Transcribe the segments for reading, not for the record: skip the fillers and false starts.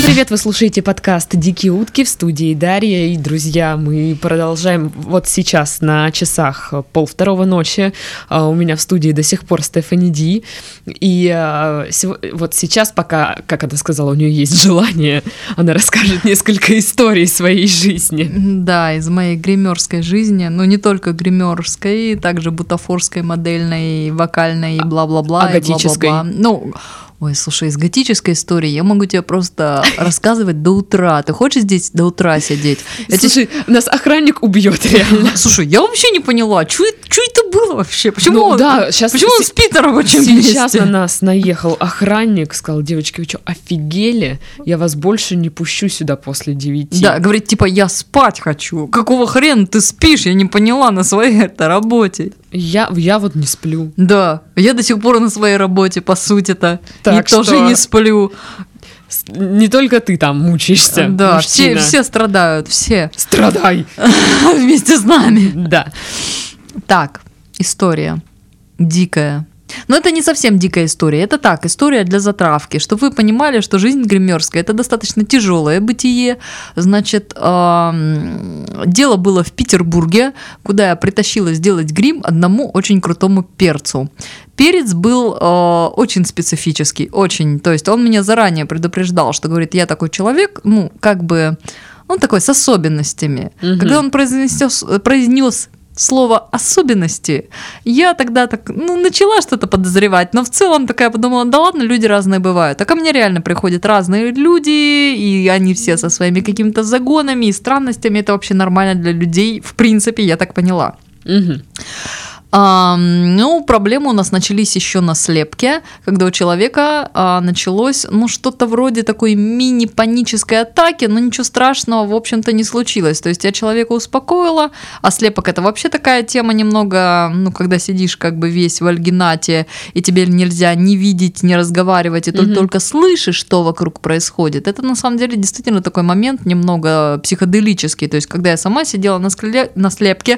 привет! Вы слушаете подкаст «Дикие утки» в студии Дарья и друзья. Мы продолжаем вот сейчас на часах 1:30 ночи. У меня в студии до сих пор Стефани Ди. И вот сейчас, пока, как она сказала, у нее есть желание, она расскажет несколько историй своей жизни. Да, из моей гримерской жизни. Ну, не только гримерской, также бутафорской, модельной, вокальной, и бла-бла-бла. А готической? Ну... Ой, слушай, из готической истории я могу тебе просто рассказывать до утра. Ты хочешь здесь до утра сидеть? Слушай, нас охранник убьет реально. Слушай, я вообще не поняла, что это было вообще? Почему, он спит на рабочем месте? Сейчас на нас наехал охранник, сказал: девочки, вы что, офигели? Я вас больше не пущу сюда после 9. Да, говорит, типа, я спать хочу. Какого хрена ты спишь? Я не поняла на своей работе. Я вот не сплю. Да, я до сих пор на своей работе, по сути-то. Так и тоже не сплю. Не только ты там мучаешься. Да, все страдают, все. Страдай! Вместе с нами. Да. Так, история дикая. Но это не совсем дикая история, это так, история для затравки, чтобы вы понимали, что жизнь гримерская – это достаточно тяжелое бытие. Значит, дело было в Петербурге, куда я притащила сделать грим одному очень крутому перцу. Перец был очень специфический, очень, то есть он меня заранее предупреждал, что говорит, я такой человек, ну, как бы, он такой с особенностями. Когда он произнес слово «особенности», я тогда начала что-то подозревать, но в целом такая подумала, да ладно, люди разные бывают. А ко мне реально приходят разные люди, и они все со своими какими-то загонами и странностями. Это вообще нормально для людей, в принципе, я так поняла. Ну, проблемы у нас начались еще на слепке, когда у человека началось, ну, что-то вроде такой мини-панической атаки, но ничего страшного, в общем-то, не случилось. То есть я человека успокоила, а слепок — это вообще такая тема немного, ну, когда сидишь как бы весь в альгинате, и тебе нельзя ни видеть, ни разговаривать, и только слышишь, что вокруг происходит. Это, на самом деле, действительно такой момент немного психоделический. То есть когда я сама сидела на слепке.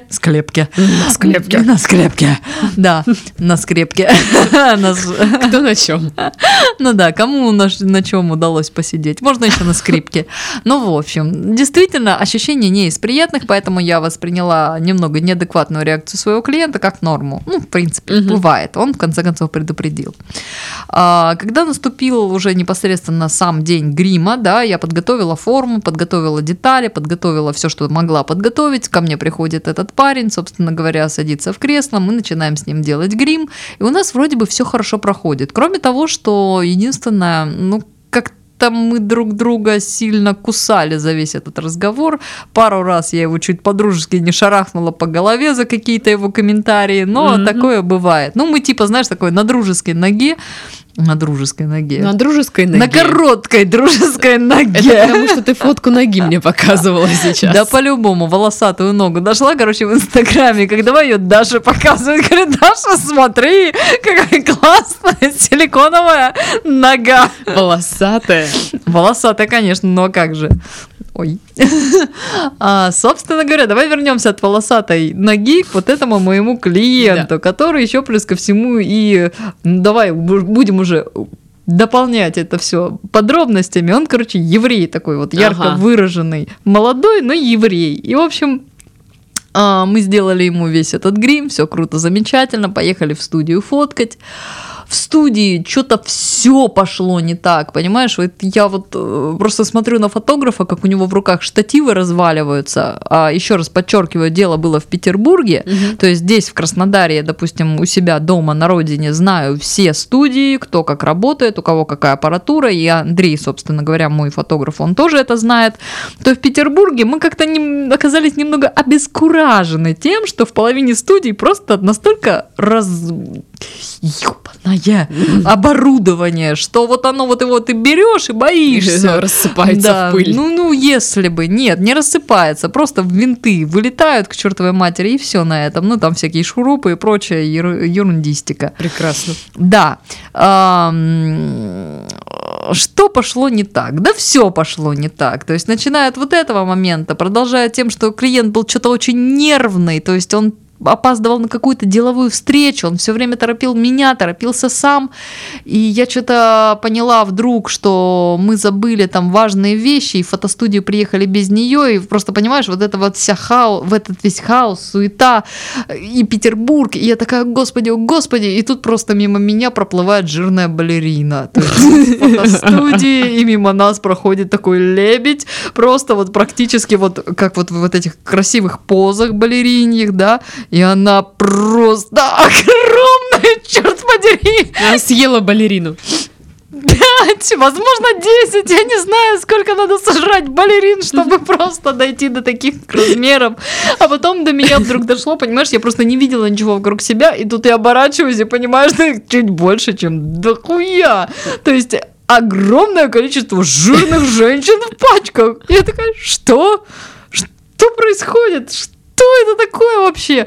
Да, на скрепке. Кто на чем? Ну да, кому на чем удалось посидеть. Можно еще на скрипке. Ну, в общем, действительно, ощущение не из приятных, поэтому я восприняла немного неадекватную реакцию своего клиента как норму. Ну, в принципе, бывает. Он, в конце концов, предупредил. Когда наступил уже непосредственно сам день грима, да, я подготовила форму, подготовила детали, подготовила все, что могла подготовить. Ко мне приходит этот парень, собственно говоря, садится в кресло, мы начинаем с ним делать грим, и у нас вроде бы все хорошо проходит. Кроме того, что единственное, ну, как-то мы друг друга сильно кусали за весь этот разговор. Пару раз я его чуть по-дружески не шарахнула по голове за какие-то его комментарии, но такое бывает. Ну, мы типа, знаешь, такой на дружеской ноге. На дружеской ноге. На короткой дружеской ноге. Это потому, что ты фотку ноги мне показывала сейчас. Да по-любому, волосатую ногу. Нашла, короче, в Инстаграме, как давай ее Даша показывает. Говорит, Даша, смотри, какая классная силиконовая нога. Волосатая. Волосатая, конечно, но как же. Ой. Собственно говоря, давай вернемся от волосатой ноги к вот этому моему клиенту, который еще плюс ко всему и давай будем уже дополнять это все подробностями. Он, короче, еврей такой вот ярко выраженный, молодой, но еврей. И, в общем, мы сделали ему весь этот грим, все круто, замечательно, поехали в студию фоткать. В студии что-то все пошло не так, понимаешь? Вот я вот просто смотрю на фотографа, как у него в руках штативы разваливаются. А еще раз подчеркиваю, дело было в Петербурге, то есть здесь, в Краснодаре, я, допустим, у себя дома на родине знаю все студии, кто как работает, у кого какая аппаратура, и Андрей, собственно говоря, мой фотограф, он тоже это знает. То в Петербурге мы как-то оказались немного обескуражены тем, что в половине студий просто настолько ёбаное оборудование, что вот оно вот его ты берешь и боишься. Рассыпается в пыль. Ну, если бы. Нет, не рассыпается. Просто винты вылетают к чертовой матери, и все на этом. Ну, там всякие шурупы и прочая ерундистика. Прекрасно. Да. Что пошло не так? Да все пошло не так. То есть, начиная от вот этого момента, продолжая тем, что клиент был что-то очень нервный, то есть он опаздывал на какую-то деловую встречу, он все время торопил меня, торопился сам, и я что-то поняла вдруг, что мы забыли там важные вещи, и в фотостудию приехали без нее, и просто, понимаешь, вот это вот вся в этот весь хаос, суета, и Петербург, и я такая, господи, о господи, и тут просто мимо меня проплывает жирная балерина, то есть в фотостудии, и мимо нас проходит такой лебедь, просто вот практически вот как вот в этих красивых позах балериньих, да, и она просто огромная, черт подери. Она съела балерину. 5, возможно 10, я не знаю, сколько надо сожрать балерин, чтобы просто дойти до таких размеров. А потом до меня вдруг дошло, понимаешь, я просто не видела ничего вокруг себя, и тут я оборачиваюсь и понимаю, что их чуть больше, чем дохуя. То есть огромное количество жирных женщин в пачках. Я такая, что? Что происходит? Что это такое вообще?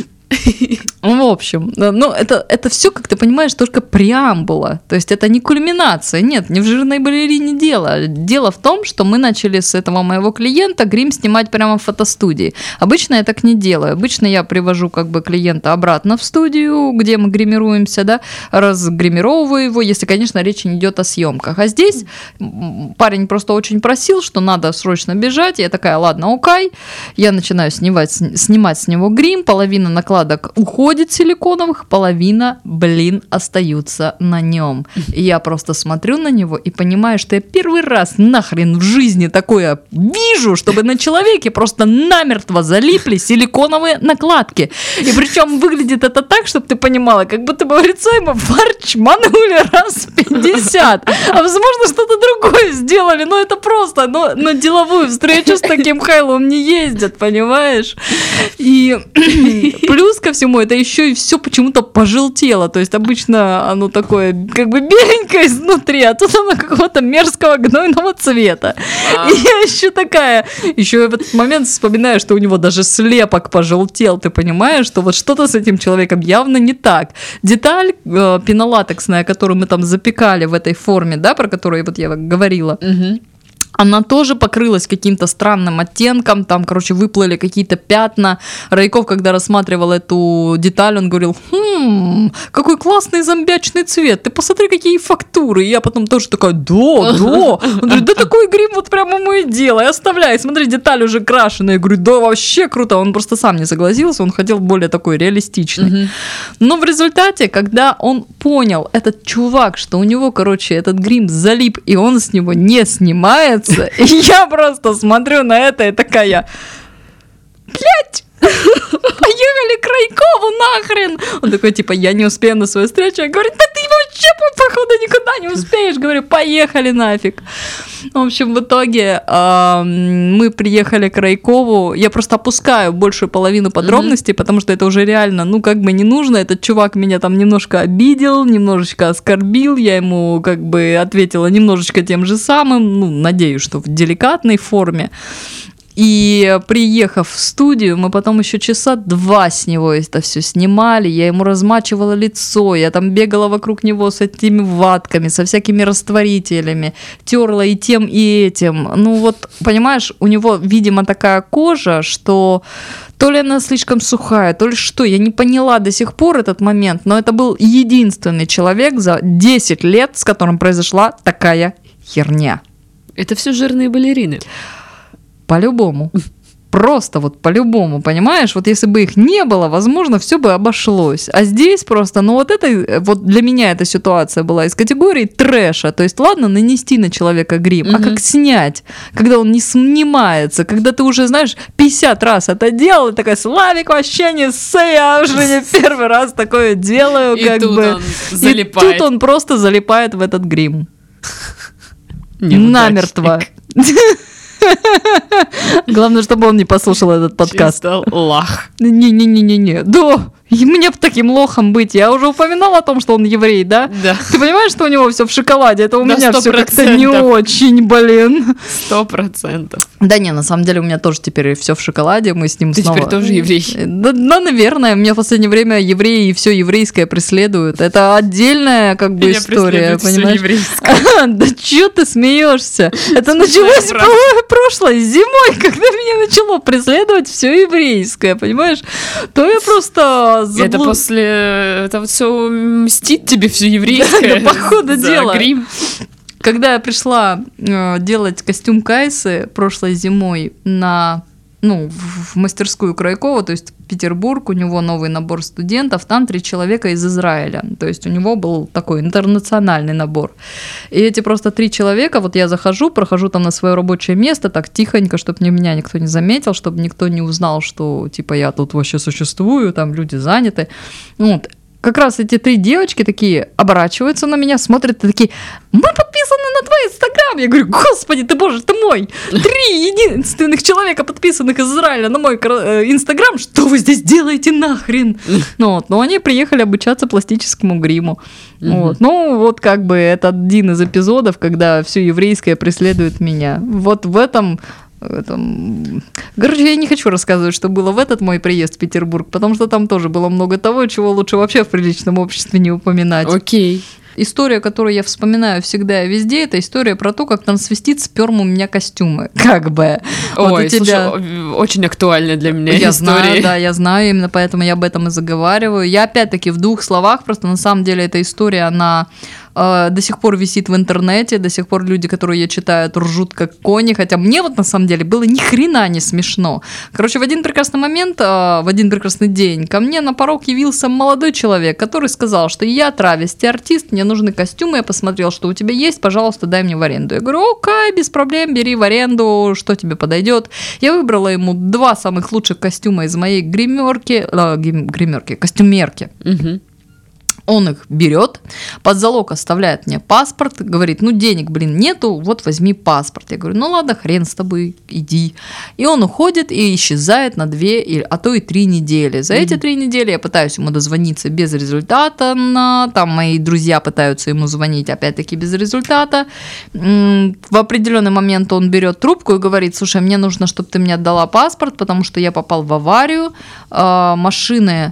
В общем, ну, это все, как ты понимаешь, только преамбула. То есть это не кульминация. Нет, не в жирной балерине дело. Дело в том, что мы начали с этого моего клиента грим снимать прямо в фотостудии. Обычно я так не делаю. Обычно я привожу как бы клиента обратно в студию, где мы гримируемся, да, разгримировываю его, если, конечно, речь не идет о съемках. А здесь парень просто очень просил, что надо срочно бежать. Я такая, ладно, окей. Я начинаю снимать с него грим, половина накладок уходит силиконовых, половина, остаются на нем. И я просто смотрю на него и понимаю, что я первый раз нахрен в жизни такое вижу, чтобы на человеке просто намертво залипли силиконовые накладки. И причем выглядит это так, чтобы ты понимала, как будто бы в лицо ему фарч манули раз 50. А возможно, что-то другое сделали. Но это просто, на деловую встречу с таким хайлом не ездят, понимаешь? И плюс ко всему, это еще и все почему-то пожелтело. То есть обычно оно такое как бы беленькое изнутри, а тут оно какого-то мерзкого гнойного цвета. И я еще такая, еще в этот момент вспоминаю, что у него даже слепок пожелтел. Ты понимаешь, что вот что-то с этим человеком явно не так. Деталь пенолатексная, которую мы там запекали в этой форме, да, про которую вот я говорила, она тоже покрылась каким-то странным оттенком, там, короче, выплыли какие-то пятна. Райков, когда рассматривал эту деталь, он говорил, какой классный зомбячный цвет, ты посмотри, какие фактуры. И я потом тоже такая, да. Он говорит, да такой грим вот прямо мое дело, и оставляй, смотри, деталь уже крашеная. Я говорю, да, вообще круто. Он просто сам не согласился, он хотел более такой реалистичный. Но в результате, когда он понял, этот чувак, что у него, короче, этот грим залип, и он с него не снимается, и я просто смотрю на это и такая, блять, поехали к Райкову нахрен. Он такой, типа, я не успею на свою встречу. Я говорю, да ты вообще, походу, никуда не успеешь. Говорю, поехали нафиг. В общем, в итоге мы приехали к Райкову. Я просто опускаю большую половину подробностей, потому что это уже реально, как бы не нужно. Этот чувак меня там немножко обидел, немножечко оскорбил. Я ему как бы ответила немножечко тем же самым. Надеюсь, что в деликатной форме. И приехав в студию, мы потом еще часа 2 с него это все снимали, я ему размачивала лицо, я там бегала вокруг него с этими ватками, со всякими растворителями, терла и тем, и этим. Понимаешь, у него, видимо, такая кожа, что то ли она слишком сухая, то ли что, я не поняла до сих пор этот момент, но это был единственный человек за 10 лет, с которым произошла такая херня. Это все жирные балерины. По-любому. Просто вот по-любому, понимаешь? Вот если бы их не было, возможно, все бы обошлось. А здесь просто, вот для меня эта ситуация была из категории трэша. То есть, ладно, нанести на человека грим, а как снять, когда он не снимается, когда ты уже, знаешь, 50 раз это делал, и такая, Славик, вообще не ссы, я уже не первый раз такое делаю, и тут он залипает. И тут он просто залипает в этот грим. Намертво. Главное, чтобы он не послушал этот подкаст. Чисто лах. Не-не-не-не-не. Да, мне бы таким лохом быть. Я уже упоминала о том, что он еврей, да? Да. Ты понимаешь, что у него все в шоколаде? Это у меня 100%. все как-то не очень, блин. 100%. Да не, на самом деле у меня тоже теперь все в шоколаде, мы с ним Ты снова... теперь тоже еврей? Да, наверное, меня в последнее время евреи и все еврейское преследуют. Это отдельная как бы история, понимаешь? Да чё ты смеешься? Это началось прошлой зимой, когда меня начало преследовать все еврейское, понимаешь? То я просто... Это после... Это вот все мстит тебе все еврейское. Да, по ходу дела. Грим. Когда я пришла делать костюм Кайсы прошлой зимой в мастерскую Крайкова, то есть Петербург, у него новый набор студентов, там 3 человека из Израиля, то есть у него был такой интернациональный набор. И эти просто 3 человека, вот я захожу, прохожу там на свое рабочее место, так тихонько, чтобы меня никто не заметил, чтобы никто не узнал, что типа я тут вообще существую, там люди заняты. Вот. Как раз эти 3 девочки такие оборачиваются на меня, смотрят и такие: мы подписаны на твой Инстаграм. Я говорю: господи ты, боже ты мой, 3 единственных человека, подписанных из Израиля на мой Инстаграм, что вы здесь делаете нахрен? Но они приехали обучаться пластическому гриму. Вот как бы это один из эпизодов, когда все еврейское преследует меня. Вот в этом... Короче, я не хочу рассказывать, что было в этот мой приезд в Петербург, потому что там тоже было много того, чего лучше вообще в приличном обществе не упоминать. Окей. История, которую я вспоминаю всегда и везде, это история про то, как трансвестит сперм у меня костюмы. Как бы. Ой, вот слушай, очень актуальная для меня я история. Знаю, да, я знаю, именно поэтому я об этом и заговариваю. Я опять-таки в 2 словах, просто на самом деле эта история, она до сих пор висит в интернете, до сих пор люди, которые ее читают, ржут как кони, хотя мне вот на самом деле было ни хрена не смешно. Короче, в один прекрасный момент, в один прекрасный день ко мне на порог явился молодой человек, который сказал, что я травести-артист, мне нужны костюмы, я посмотрел, что у тебя есть, пожалуйста, дай мне в аренду. Я говорю: окей, без проблем, бери в аренду, что тебе подойдет. Я выбрала ему 2 самых лучших костюма из моей костюмерки. Угу. Он их берет, под залог оставляет мне паспорт, говорит: денег, нету, вот возьми паспорт. Я говорю: ладно, хрен с тобой, иди. И он уходит и исчезает на 2, а то и 3 недели. За эти 3 недели я пытаюсь ему дозвониться без результата, там мои друзья пытаются ему звонить, опять-таки без результата. В определенный момент он берет трубку и говорит: слушай, мне нужно, чтобы ты мне отдала паспорт, потому что я попал в аварию, машины...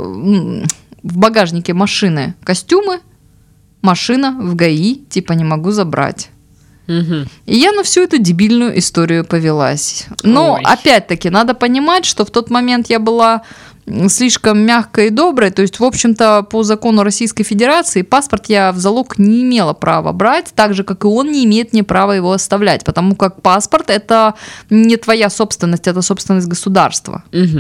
В багажнике машины костюмы, машина в ГАИ, типа не могу забрать. Угу. И я на всю эту дебильную историю повелась. Но опять-таки надо понимать, что в тот момент я была слишком мягкой и доброй, то есть, в общем-то, по закону Российской Федерации паспорт я в залог не имела права брать, так же, как и он не имеет мне права его оставлять, потому как паспорт – это не твоя собственность, это собственность государства. Угу.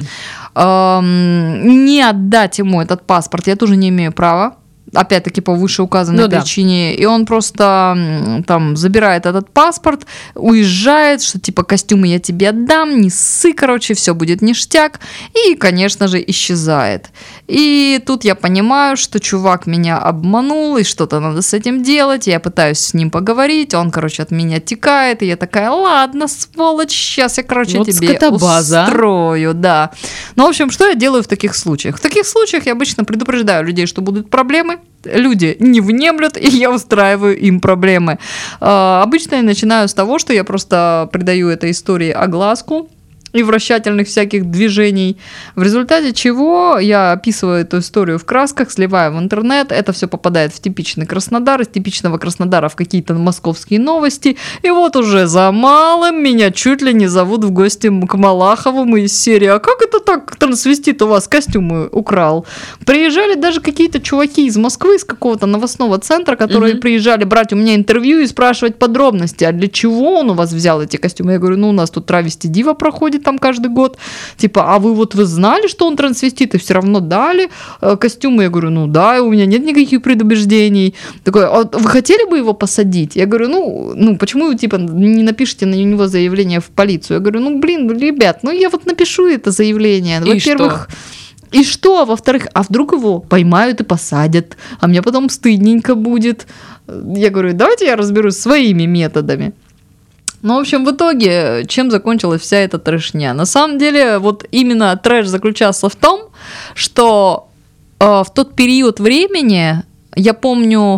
Не отдать ему этот паспорт я тоже не имею права, опять-таки по вышеуказанной причине, и он просто там забирает этот паспорт, уезжает, что типа костюмы я тебе отдам, не ссы, короче, все будет ништяк, и, конечно же, исчезает. И тут я понимаю, что чувак меня обманул, и что-то надо с этим делать, я пытаюсь с ним поговорить, он, короче, от меня текает, и я такая: ладно, сволочь, сейчас я, короче, вот тебе устрою, да. Ну, в общем, что я делаю в таких случаях? В таких случаях я обычно предупреждаю людей, что будут проблемы, люди не внемлют, и я устраиваю им проблемы. Обычно я начинаю с того, что я просто придаю этой истории огласку и вращательных всяких движений, в результате чего я описываю эту историю в красках, сливаю в интернет, это все попадает в типичный Краснодар, из типичного Краснодара в какие-то московские новости, и вот уже за малым меня чуть ли не зовут в гости к Малаховым из серии: а как это так, трансвестит у вас костюмы украл? Приезжали даже какие-то чуваки из Москвы, из какого-то новостного центра, которые приезжали брать у меня интервью и спрашивать подробности, а для чего он у вас взял эти костюмы? Я говорю: у нас тут травести дива проходит там каждый год, типа, а вы знали, что он трансвестит, и все равно дали костюмы? Я говорю: да, у меня нет никаких предубеждений. Такой: а вы хотели бы его посадить? Я говорю: ну почему вы, типа, не напишите на него заявление в полицию? Я говорю: ребят, я вот напишу это заявление, во-первых... И что? Во-вторых, а вдруг его поймают и посадят, а мне потом стыдненько будет? Я говорю: давайте я разберусь своими методами. Ну, в общем, в итоге, чем закончилась вся эта трэшня? На самом деле, вот именно трэш заключался в том, что в тот период времени, я помню,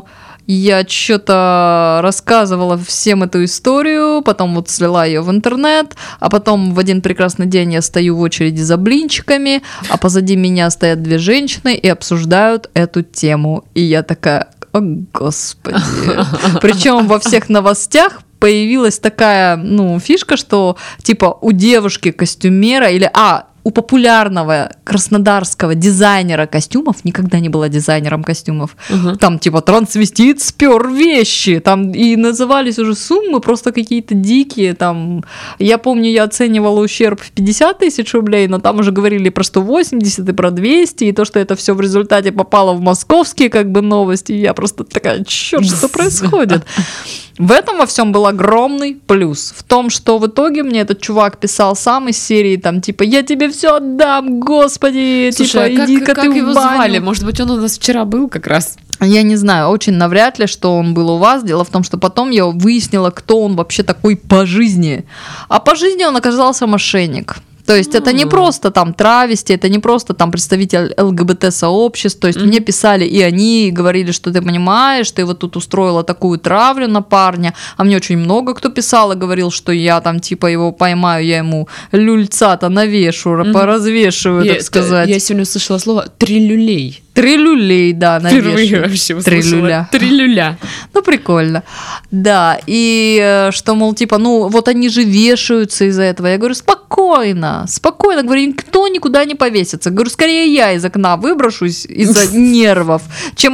Я что-то рассказывала всем эту историю, потом вот слила ее в интернет, а потом в один прекрасный день я стою в очереди за блинчиками, а позади меня стоят две женщины и обсуждают эту тему. И я такая, о господи. Причем во всех новостях появилась такая, фишка, что типа у девушки-костюмера или у популярного краснодарского дизайнера костюмов, никогда не была дизайнером костюмов, там типа трансвестит спер вещи, там и назывались уже суммы просто какие-то дикие, там, я помню, я оценивала ущерб в 50 тысяч рублей, но там уже говорили про 180 и про 200, и то, что это все в результате попало в московские как бы новости, и я просто такая, черт, что происходит? В этом во всем был огромный плюс. В том, что в итоге мне этот чувак писал сам из серии, там, типа, я тебе все отдам, господи, слушай, типа, иди-ка ты в баню. Как его звали? Может быть, он у нас вчера был как раз? Я не знаю, очень навряд ли, что он был у вас. Дело в том, что потом я выяснила, кто он вообще такой по жизни. А по жизни он оказался мошенник. То есть это не просто там травести, это не просто там представитель ЛГБТ-сообществ. То есть мне писали и они, и говорили, что ты понимаешь, ты вот тут устроила такую травлю на парня. А мне очень много кто писал и говорил, что я там типа его поймаю, я ему люльца-то навешу, поразвешиваю, так сказать. Я сегодня услышала слово «трилюлей». Трилюлей, да, навешиваю. Впервые вообще услышала. Трилюля. Ну, прикольно. Да, и что, мол, типа, вот они же вешаются из-за этого. Я говорю, спокойно, говорю, никто никуда не повесится. Говорю, скорее я из окна выброшусь из-за нервов, чем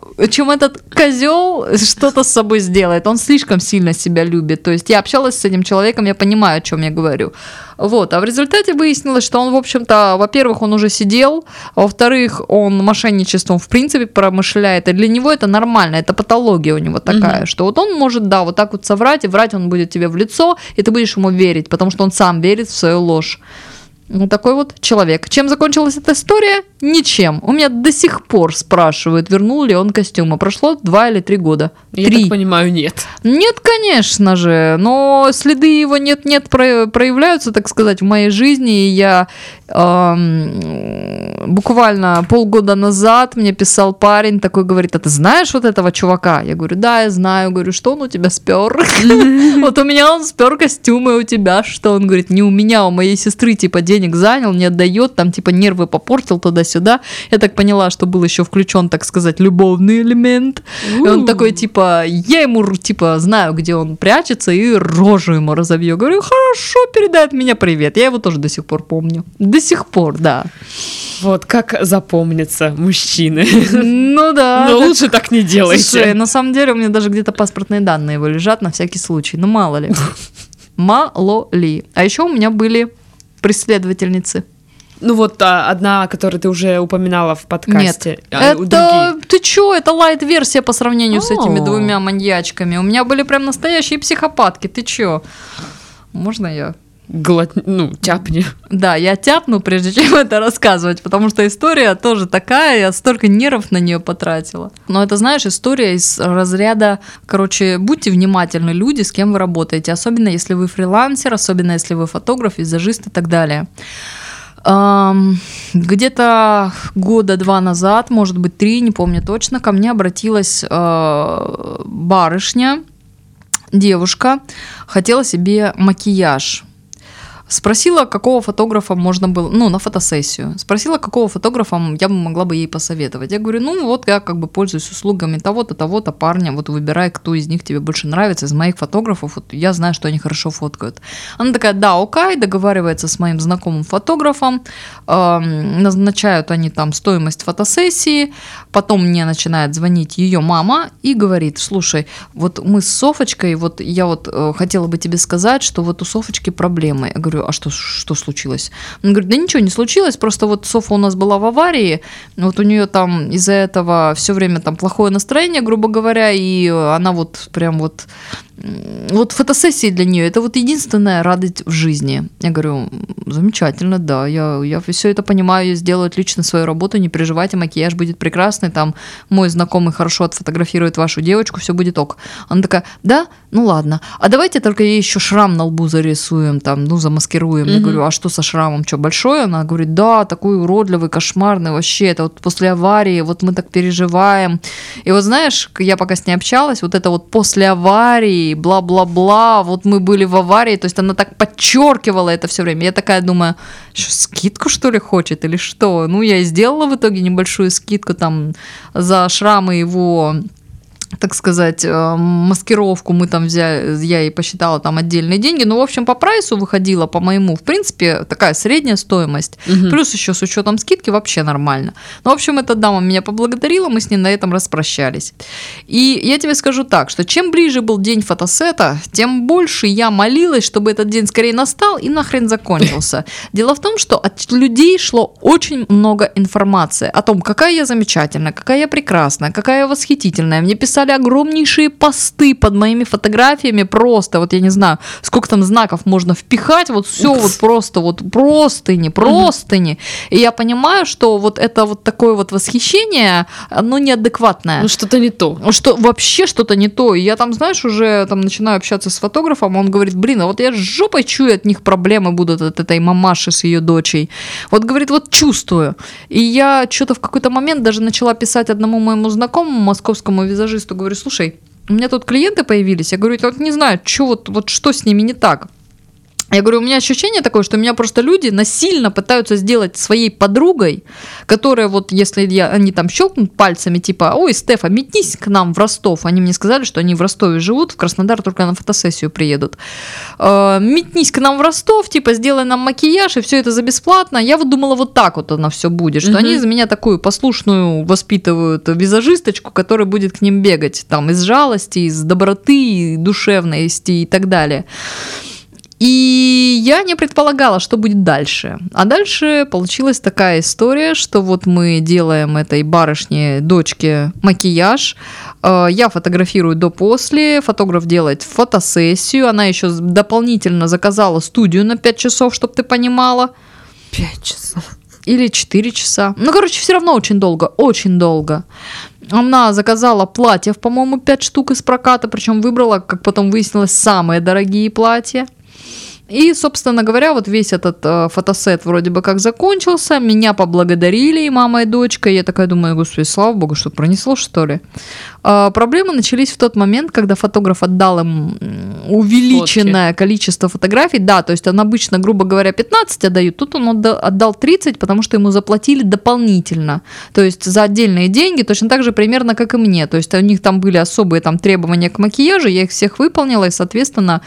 этот козел что-то с собой сделает. Он слишком сильно себя любит. То есть я общалась с этим человеком, я понимаю, о чем я говорю. Вот, а в результате выяснилось, что он, в общем-то, во-первых, он уже сидел, а во-вторых, он мошенничеством в принципе промышляет, и для него это нормально, это патология у него такая, что вот он может, да, вот так вот соврать, и врать он будет тебе в лицо, и ты будешь ему верить, потому что он сам верит в свою ложь. Вот такой вот человек. Чем закончилась эта история? Ничем. У меня до сих пор спрашивают, вернул ли он костюмы. Прошло 2 или 3 года. Я так понимаю, нет. Нет, конечно же. Но следы его нет-нет проявляются, так сказать, в моей жизни. И я буквально полгода назад мне писал парень, такой говорит, а ты знаешь вот этого чувака? Я говорю, да, я знаю. Говорю, что он у тебя спер? Вот у меня он спер костюмы, у тебя что? Он говорит, не у меня, у моей сестры, типа, денег занял, не отдает, там, типа, нервы попортил туда-сюда. Я так поняла, что был еще включен, так сказать, любовный элемент. И он такой, типа, я ему, типа, знаю, где он прячется, и рожу ему разобью. Говорю, хорошо, передай от меня привет. Я его тоже до сих пор помню. До сих пор, да. Вот как запомнится мужчины. Ну да. Но лучше так не делайте. Слушай, на самом деле у меня даже где-то паспортные данные его лежат на всякий случай. Ну мало ли. Мало ли. А еще у меня были преследовательницы. Ну вот одна, которую ты уже упоминала в подкасте. Нет, это, ты чё, это лайт-версия по сравнению с этими 2 маньячками. У меня были прям настоящие психопатки, ты чё? Можно я... тяпни. Да, я тяпну, прежде чем это рассказывать, потому что история тоже такая, я столько нервов на нее потратила. Но это, знаешь, история из разряда, короче, будьте внимательны, люди, с кем вы работаете, особенно если вы фрилансер, особенно если вы фотограф, визажист и так далее. Где-то 2 года назад, может быть 3, не помню точно, ко мне обратилась барышня, девушка, хотела себе макияж. Спросила, какого фотографа можно было, на фотосессию. Спросила, какого фотографа я могла бы ей посоветовать. Я говорю, вот я как бы пользуюсь услугами того-то, того-то парня, вот выбирай, кто из них тебе больше нравится. Из моих фотографов, вот я знаю, что они хорошо фоткают. Она такая, да, окей, договаривается с моим знакомым фотографом, назначают они там стоимость фотосессии, потом мне начинает звонить ее мама и говорит, слушай, вот мы с Софочкой, вот я вот хотела бы тебе сказать, что вот у Софочки проблемы. Я говорю, а что случилось? Он говорит, да ничего не случилось, просто вот Софа у нас была в аварии, вот у нее там из-за этого все время там плохое настроение, грубо говоря, и она вот прям вот фотосессии для нее это вот единственная радость в жизни. Я говорю, замечательно, да, я все это понимаю, я сделаю отлично свою работу, не переживайте, макияж будет прекрасный, там мой знакомый хорошо отфотографирует вашу девочку, все будет ок. Она такая, да, ну ладно, а давайте только ей еще шрам на лбу зарисуем, там, ну замаскируем. Я говорю, а что со шрамом, что, большой? Она говорит, да, такой уродливый, кошмарный вообще, это вот после аварии, вот мы так переживаем. И вот знаешь, я пока с ней общалась, вот это вот после аварии, бла-бла-бла, вот мы были в аварии, то есть она так подчеркивала это все время. Я такая думаю, что, скидку что ли хочет или что? Ну, я и сделала в итоге небольшую скидку там за шрамы его, так сказать, маскировку мы там взяли, я ей посчитала там отдельные деньги, но, в общем, по прайсу выходила, по моему, в принципе, такая средняя стоимость, плюс еще с учетом скидки вообще нормально. Ну, в общем, эта дама меня поблагодарила, мы с ней на этом распрощались. И я тебе скажу так, что чем ближе был день фотосета, тем больше я молилась, чтобы этот день скорее настал и нахрен закончился. Дело в том, что от людей шло очень много информации о том, какая я замечательная, какая я прекрасная, какая я восхитительная. Мне писали огромнейшие посты под моими фотографиями, просто, вот я не знаю, сколько там знаков можно впихать, вот все вот просто, вот простыни. И я понимаю, что вот это вот такое вот восхищение, оно неадекватное. Ну, что-то не то. Что, вообще что-то не то. И я там, знаешь, уже там начинаю общаться с фотографом, он говорит, блин, а вот я с жопой чую, от них проблемы будут от этой мамаши с ее дочей. Вот, говорит, вот чувствую. И я что-то в какой-то момент даже начала писать одному моему знакомому, московскому визажисту, говорю, слушай, у меня тут клиенты появились, я говорю, я вот не знаю, вот что с ними не так. Я говорю, у меня ощущение такое, что меня просто люди насильно пытаются сделать своей подругой, которая вот, если они там щелкнут пальцами, типа, ой, Стефа, метнись к нам в Ростов. Они мне сказали, что они в Ростове живут, в Краснодар только на фотосессию приедут. Метнись к нам в Ростов, типа, сделай нам макияж, и все это за бесплатно. Я вот думала, вот так вот оно все будет, что они из меня такую послушную воспитывают визажисточку, которая будет к ним бегать, там, из жалости, из доброты, душевности и так далее. И я не предполагала, что будет дальше. А дальше получилась такая история, что вот мы делаем этой барышне, дочке, макияж. Я фотографирую до-после, фотограф делает фотосессию. Она еще дополнительно заказала студию на 5 часов, чтобы ты понимала. 5 часов. Или 4 часа. Ну, короче, все равно очень долго, очень долго. Она заказала платьев, по-моему, 5 штук из проката, причем выбрала, как потом выяснилось, самые дорогие платья. И, собственно говоря, вот весь этот фотосет вроде бы как закончился, меня поблагодарили, и мама, и дочка, и я такая думаю, господи, слава богу, что пронесло, что ли. Проблемы начались в тот момент, когда фотограф отдал им увеличенное количество фотографий, да, то есть он обычно, грубо говоря, 15 отдают, тут он отдал 30, потому что ему заплатили дополнительно, то есть за отдельные деньги, точно так же примерно, как и мне, то есть у них там были особые там требования к макияжу, я их всех выполнила и, соответственно,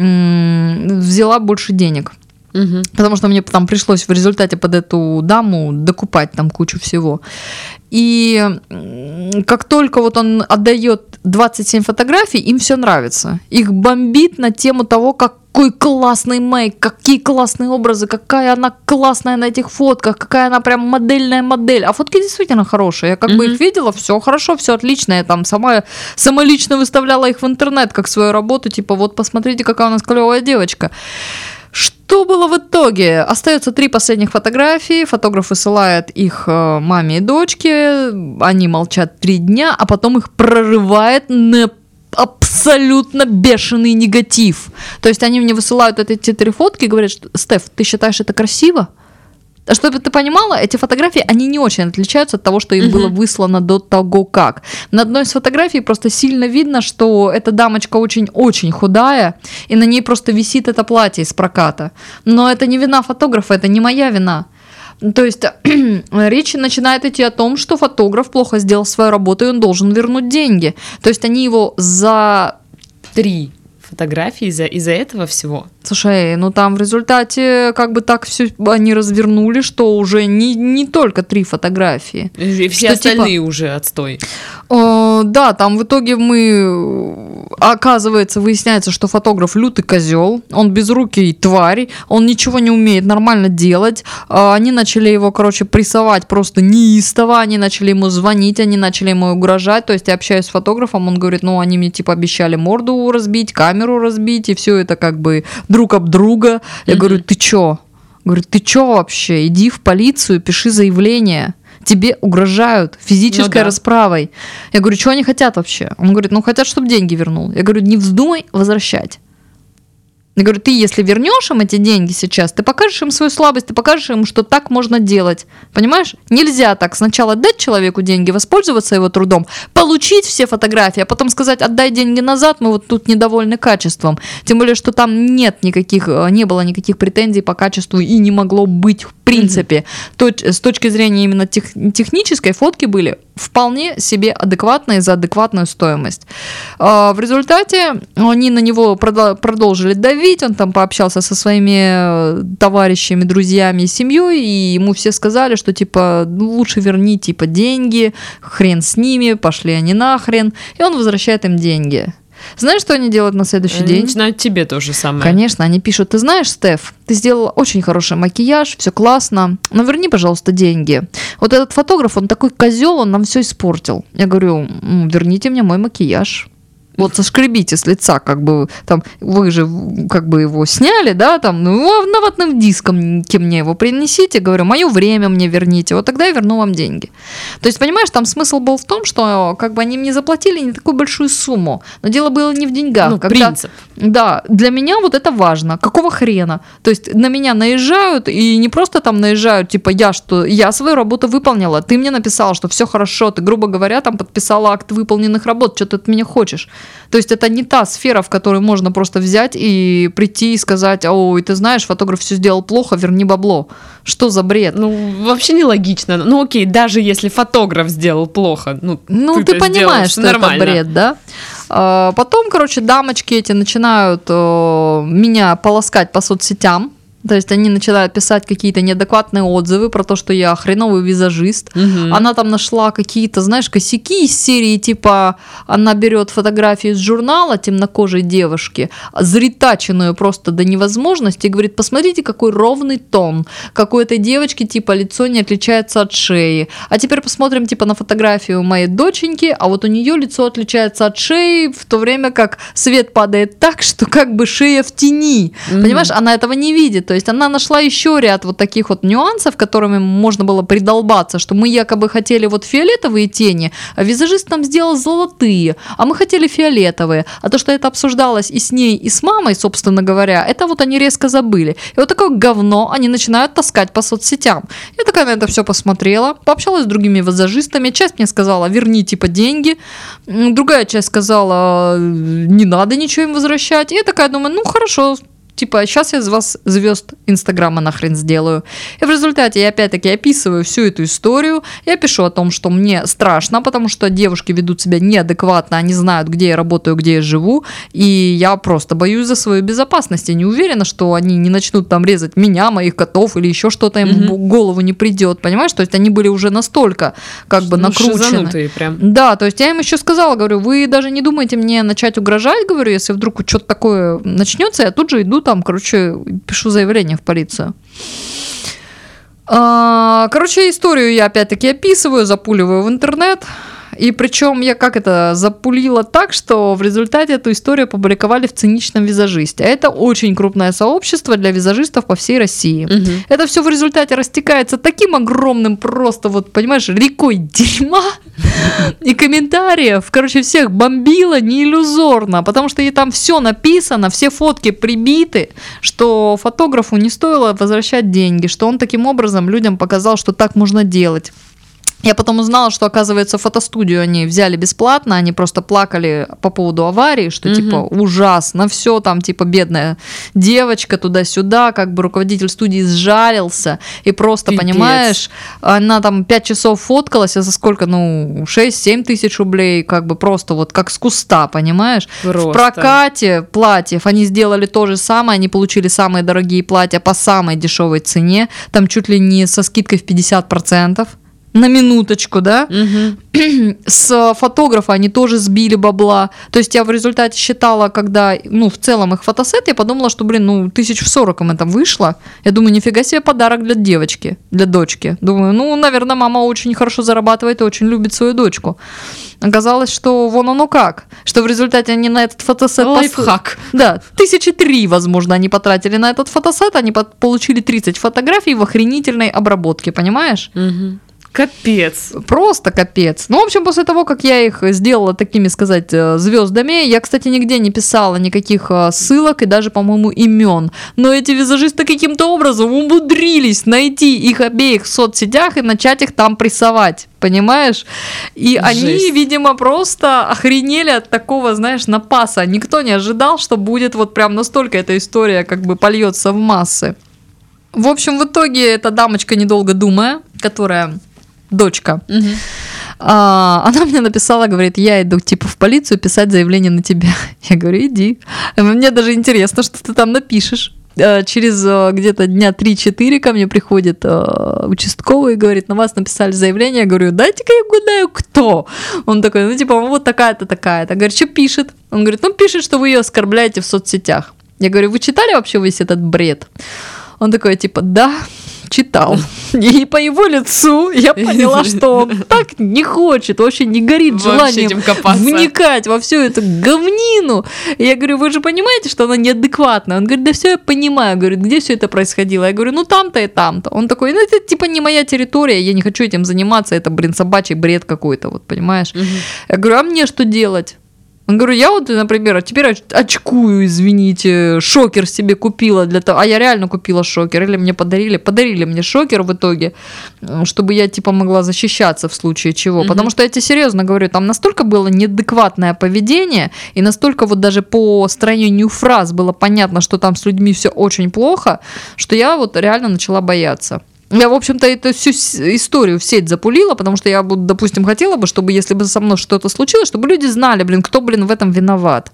взяла больше денег. Потому что мне там пришлось в результате под эту даму докупать там кучу всего. И как только вот он отдает 27 фотографий, им все нравится. Их бомбит на тему того, какой классный мейк, какие классные образы, какая она классная на этих фотках, какая она прям модельная модель. А фотки действительно хорошие. Я как бы их видела, все хорошо, все отлично. Я там сама лично выставляла их в интернет как свою работу. Типа вот посмотрите, какая у нас клевая девочка. Что было в итоге? Остается 3 последних фотографии, фотограф высылает их маме и дочке, они молчат 3 дня, а потом их прорывает на абсолютно бешеный негатив. То есть они мне высылают эти 3 фотки и говорят, что, Стеф, ты считаешь это красиво? Чтобы ты понимала, эти фотографии, они не очень отличаются от того, что им было выслано до того, как. На одной из фотографий просто сильно видно, что эта дамочка очень-очень худая, и на ней просто висит это платье из проката. Но это не вина фотографа, это не моя вина. То есть речь начинает идти о том, что фотограф плохо сделал свою работу, и он должен вернуть деньги. То есть они его за 3 фотографии из-за этого всего. Слушай, ну там в результате как бы так все они развернули, что уже не только 3 фотографии. И все что, остальные типа, уже отстой. Да, там в итоге оказывается, выясняется, что фотограф лютый козел, он безрукий тварь, он ничего не умеет нормально делать. Они начали его, короче, прессовать просто неистово, они начали ему звонить, они начали ему угрожать. То есть я общаюсь с фотографом, он говорит, ну они мне типа обещали морду разбить, камеру разбить, и все это как бы друг об друга. Я говорю, ты чё? Говорю, ты чё вообще? Иди в полицию, пиши заявление. Тебе угрожают физической расправой. Я говорю, что они хотят вообще? Он говорит, хотят, чтобы деньги вернул. Я говорю, не вздумай возвращать. Я говорю, ты если вернешь им эти деньги сейчас, ты покажешь им свою слабость, ты покажешь им, что так можно делать. Понимаешь? Нельзя так сначала дать человеку деньги, воспользоваться его трудом, получить все фотографии, а потом сказать, отдай деньги назад, мы вот тут недовольны качеством. Тем более, что там не было никаких претензий по качеству и не могло быть в принципе. С точки зрения именно технической, фотки были вполне себе адекватные за адекватную стоимость. В результате они на него продолжили давить, он там пообщался со своими товарищами, друзьями и семьей, и ему все сказали, что типа лучше верни типа деньги, хрен с ними, пошли они нахрен, и он возвращает им деньги. Знаешь, что они делают на следующий день? Начинают тебе то же самое. Конечно, они пишут, ты знаешь, Стеф, ты сделала очень хороший макияж, все классно, но верни, пожалуйста, деньги. Вот этот фотограф, он такой козел, он нам все испортил. Я говорю, верните мне мой макияж. Вот соскребите с лица, как бы, там, вы же как бы его сняли, да, там, наводным диском мне его принесите, говорю, мое время мне верните, вот тогда я верну вам деньги. То есть, понимаешь, там смысл был в том, что как бы они мне заплатили не такую большую сумму, но дело было не в деньгах. Принцип. Да, для меня вот это важно, какого хрена? То есть на меня наезжают, и не просто там наезжают, типа, я свою работу выполнила, ты мне написал, что все хорошо, ты, грубо говоря, там подписала акт выполненных работ, что ты от меня хочешь? То есть это не та сфера, в которой можно просто взять и прийти и сказать, ой, ты знаешь, фотограф все сделал плохо, верни бабло. Что за бред? Вообще нелогично. Окей, даже если фотограф сделал плохо, ты понимаешь, что нормально. Это бред, да? Потом, дамочки эти начинают меня полоскать по соцсетям. То есть они начинают писать какие-то неадекватные отзывы про то, что я хреновый визажист. Угу. Она там нашла какие-то, знаешь, косяки из серии, типа она берет фотографию из журнала темнокожей девушки, заретаченную просто до невозможности, и говорит, посмотрите, какой ровный тон, как у этой девочки, типа, лицо не отличается от шеи. А теперь посмотрим, типа, на фотографию моей доченьки, а вот у нее лицо отличается от шеи, в то время как свет падает так, что как бы шея в тени. Угу. Понимаешь, она этого не видит. То есть она нашла еще ряд вот таких вот нюансов, которыми можно было придолбаться, что мы якобы хотели вот фиолетовые тени, а визажист нам сделал золотые, а мы хотели фиолетовые. А то, что это обсуждалось и с ней, и с мамой, собственно говоря, это вот они резко забыли. И вот такое говно они начинают таскать по соцсетям. Я такая на это все посмотрела, пообщалась с другими визажистами, часть мне сказала, верни типа деньги, другая часть сказала, не надо ничего им возвращать. И я такая думаю, хорошо, типа, сейчас я из вас звезд Инстаграма нахрен сделаю. И в результате я опять-таки описываю всю эту историю. Я пишу о том, что мне страшно, потому что девушки ведут себя неадекватно, они знают, где я работаю, где я живу, и я просто боюсь за свою безопасность. Я не уверена, что они не начнут там резать меня, моих котов или еще что-то им в голову не придет, понимаешь? То есть они были уже настолько как бы накручены. Прям. Да, то есть я им еще сказала, говорю, вы даже не думаете мне начать угрожать, говорю, если вдруг что-то такое начнется, я тут же иду там, пишу заявление в полицию. Историю я опять-таки описываю, запуливаю в интернет. И причем я запулила так, что в результате эту историю опубликовали в «Циничном визажисте». А это очень крупное сообщество для визажистов по всей России. Угу. Это все в результате растекается таким огромным просто, вот, понимаешь, рекой дерьма и комментариев. Всех бомбило не иллюзорно, потому что и там все написано, все фотки прибиты, что фотографу не стоило возвращать деньги, что он таким образом людям показал, что так можно делать. Я потом узнала, что, оказывается, фотостудию они взяли бесплатно, они просто плакали по поводу аварии, что, типа, ужасно, все там, типа, бедная девочка туда-сюда, как бы руководитель студии сжалился, и просто, пипец. Понимаешь, она там 5 часов фоткалась, а за сколько, 6-7 тысяч рублей, как бы просто вот как с куста, понимаешь? Просто. В прокате платьев они сделали то же самое, они получили самые дорогие платья по самой дешевой цене, там чуть ли не со скидкой в 50%. на минуточку, да, с фотографа они тоже сбили бабла, то есть я в результате считала, когда, в целом их фотосет, я подумала, что, 1040 им это вышло, я думаю, нифига себе подарок для девочки, для дочки, думаю, наверное, мама очень хорошо зарабатывает и очень любит свою дочку. Оказалось, что вон оно как, что в результате они на этот фотосет... Лайфхак. Да, 1003, возможно, они потратили на этот фотосет, они получили 30 фотографий в охренительной обработке, понимаешь? Капец. Просто капец. В общем, после того, как я их сделала такими, сказать, звездами, я, кстати, нигде не писала никаких ссылок и даже, по-моему, имен. Но эти визажисты каким-то образом умудрились найти их обеих в соцсетях и начать их там прессовать. Понимаешь? И Жесть. они, видимо, просто охренели от такого, знаешь, напаса. Никто не ожидал, что будет вот прям настолько эта история как бы польется в массы. В общем, в итоге эта дамочка, недолго думая, которая... дочка. Она мне написала, говорит, я иду типа в полицию писать заявление на тебя. Я говорю, иди. Мне даже интересно, что ты там напишешь. Через где-то дня 3-4 ко мне приходит участковый и говорит, на вас написали заявление. Я говорю, дайте-ка я угадаю, кто. Он такой, вот такая-то, такая-то. Я говорю, что пишет? Он говорит, пишет, что вы ее оскорбляете в соцсетях. Я говорю, вы читали вообще весь этот бред? Он такой, да, читал. И по его лицу я поняла, что он так не хочет, вообще не горит желанием вникать во всю эту говнину. И я говорю, вы же понимаете, что она неадекватная? Он говорит, да все я понимаю. Говорит, где все это происходило? Я говорю, там-то и там-то. Он такой, это типа не моя территория, я не хочу этим заниматься, это, собачий бред какой-то, вот понимаешь? Я говорю, а мне что делать? Он говорю, я вот, например, теперь очкую, извините, шокер себе купила для того, а я реально купила шокер, или мне подарили мне шокер в итоге, чтобы я типа могла защищаться в случае чего, потому что я тебе серьезно говорю, там настолько было неадекватное поведение, и настолько вот даже по строению фраз было понятно, что там с людьми все очень плохо, что я вот реально начала бояться. Я, в общем-то, эту всю историю в сеть запулила, потому что я, допустим, хотела бы, чтобы, если бы со мной что-то случилось, чтобы люди знали, кто, в этом виноват.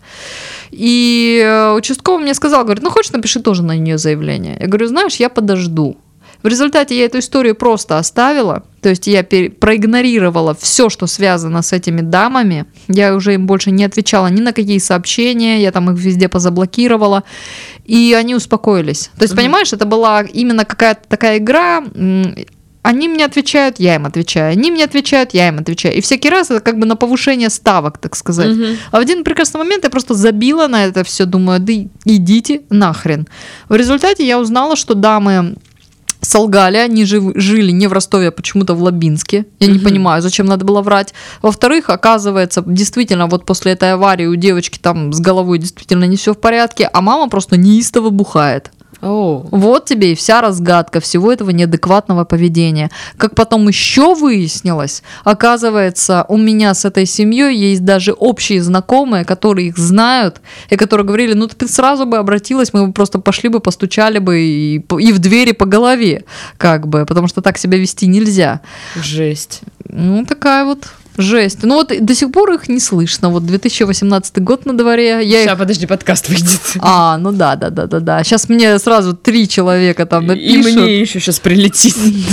И участковый мне сказал, говорит, хочешь, напиши тоже на нее заявление. Я говорю, знаешь, я подожду. В результате я эту историю просто оставила, то есть я проигнорировала все, что связано с этими дамами, я уже им больше не отвечала ни на какие сообщения, я там их везде позаблокировала, и они успокоились. То есть, понимаешь, это была именно какая-то такая игра, они мне отвечают, я им отвечаю, они мне отвечают, я им отвечаю, и всякий раз это как бы на повышение ставок, так сказать. А в один прекрасный момент я просто забила на это все, думаю, да идите нахрен. В результате я узнала, что дамы солгали, они жили не в Ростове, а почему-то в Лабинске. Я не понимаю, зачем надо было врать. Во-вторых, оказывается, действительно, вот после этой аварии у девочки там с головой действительно не все в порядке, а мама просто неистово бухает. Вот тебе и вся разгадка всего этого неадекватного поведения. Как потом еще выяснилось, оказывается, у меня с этой семьей есть даже общие знакомые, которые их знают, и которые говорили, ты сразу бы обратилась, мы бы просто пошли бы, постучали бы и в двери по голове, как бы, потому что так себя вести нельзя. Жесть. Такая вот жесть. Вот до сих пор их не слышно. Вот 2018 год на дворе. Сейчас, подожди, подкаст выйдет. Да. Сейчас мне сразу 3 человека там напишут. И мне еще сейчас прилетит.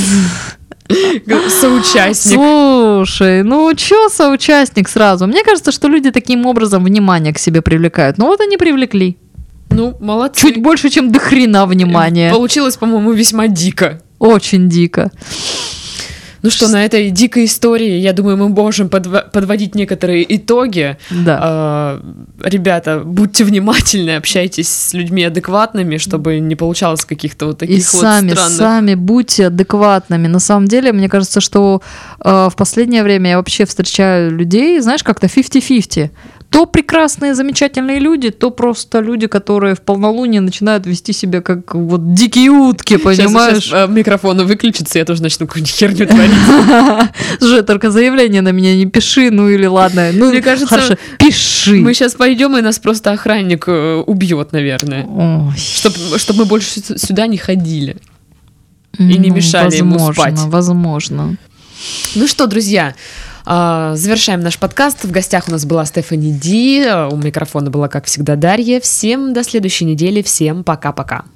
Соучастник. Слушай, чё соучастник сразу? Мне кажется, что люди таким образом внимание к себе привлекают. Вот они привлекли. Молодцы. Чуть больше, чем до хрена внимания. Получилось, по-моему, весьма дико. Очень дико. Что, на этой дикой истории, я думаю, мы можем подводить некоторые итоги. Да. Ребята, будьте внимательны, общайтесь с людьми адекватными, чтобы не получалось каких-то вот таких странных... И сами будьте адекватными. На самом деле, мне кажется, что в последнее время я вообще встречаю людей, знаешь, как-то 50-50. То прекрасные, замечательные люди, то просто люди, которые в полнолуние начинают вести себя как вот дикие утки, понимаешь? Сейчас микрофон выключится, я тоже начну какую-нибудь херню творить. Слушай, только заявление на меня не пиши, или ладно. Мне кажется, хорошо, пиши. Мы сейчас пойдем, и нас просто охранник убьет, наверное. Чтобы мы больше сюда не ходили. И не мешали ему спать. Возможно. Что, друзья, завершаем наш подкаст. В гостях у нас была Стефани Ди. У микрофона была, как всегда, Дарья. Всем до следующей недели. Всем пока-пока.